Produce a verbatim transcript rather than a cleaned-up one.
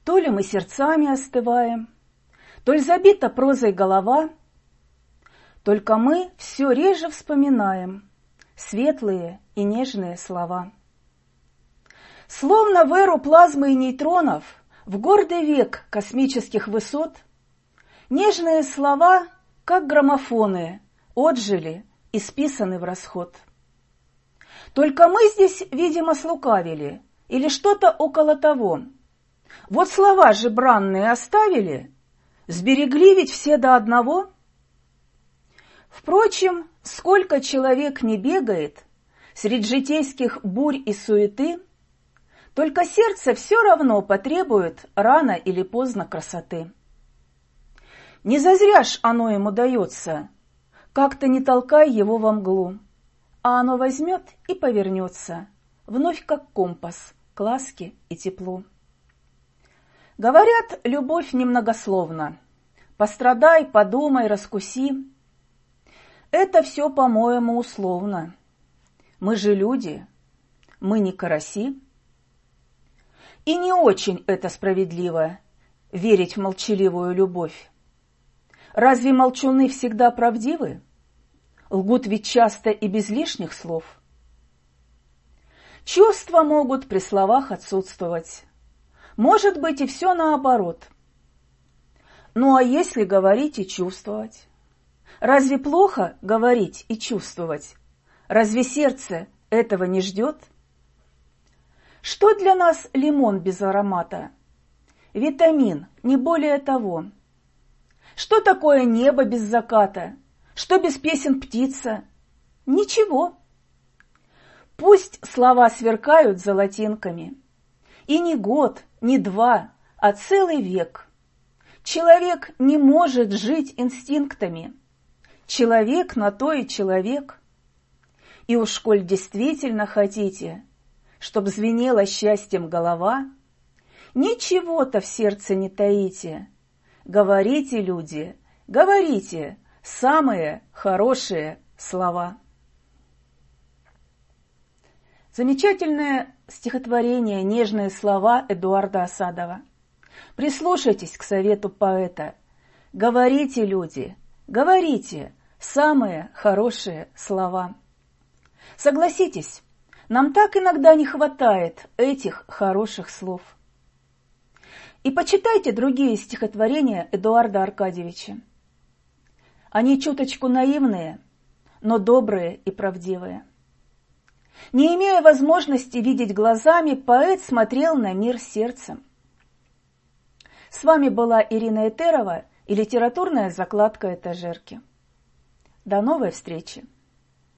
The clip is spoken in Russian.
То ли мы сердцами остываем, то ли забита прозой голова, только мы все реже вспоминаем светлые и нежные слова. Словно в эру плазмы и нейтронов, в гордый век космических высот, нежные слова, как граммофоны, отжили и списаны в расход. Только мы здесь, видимо, слукавили, или что-то около того. Вот слова же бранные оставили, сберегли ведь все до одного. Впрочем, сколько человек не бегает средь житейских бурь и суеты, только сердце все равно потребует рано или поздно красоты. Не зазря ж оно ему дается, как-то не толкай его во мглу, а оно возьмет и повернется, вновь как компас, к ласке и теплу. Говорят, любовь немногословна. Пострадай, подумай, раскуси. Это все, по-моему, условно. Мы же люди, мы не караси. И не очень это справедливо — верить в молчаливую любовь. Разве молчуны всегда правдивы? Лгут ведь часто и без лишних слов. Чувства могут при словах отсутствовать. Может быть, и все наоборот. Ну а если говорить и чувствовать? Разве плохо говорить и чувствовать? Разве сердце этого не ждет? Что для нас лимон без аромата? Витамин, не более того. Что такое небо без заката? Что без песен птица? Ничего. Пусть слова сверкают золотинками. И не год, не два, а целый век. Человек не может жить инстинктами. Человек на то и человек. И уж коль действительно хотите, чтоб звенела счастьем голова, ничего-то в сердце не таите. Говорите, люди, говорите самые хорошие слова. Замечательное стихотворение «Нежные слова» Эдуарда Асадова. Прислушайтесь к совету поэта. Говорите, люди, говорите самые хорошие слова. Согласитесь, нам так иногда не хватает этих хороших слов. И почитайте другие стихотворения Эдуарда Аркадьевича. Они чуточку наивные, но добрые и правдивые. Не имея возможности видеть глазами, поэт смотрел на мир сердцем. С вами была Ирина Этерова и литературная закладка «Этажерки». До новой встречи!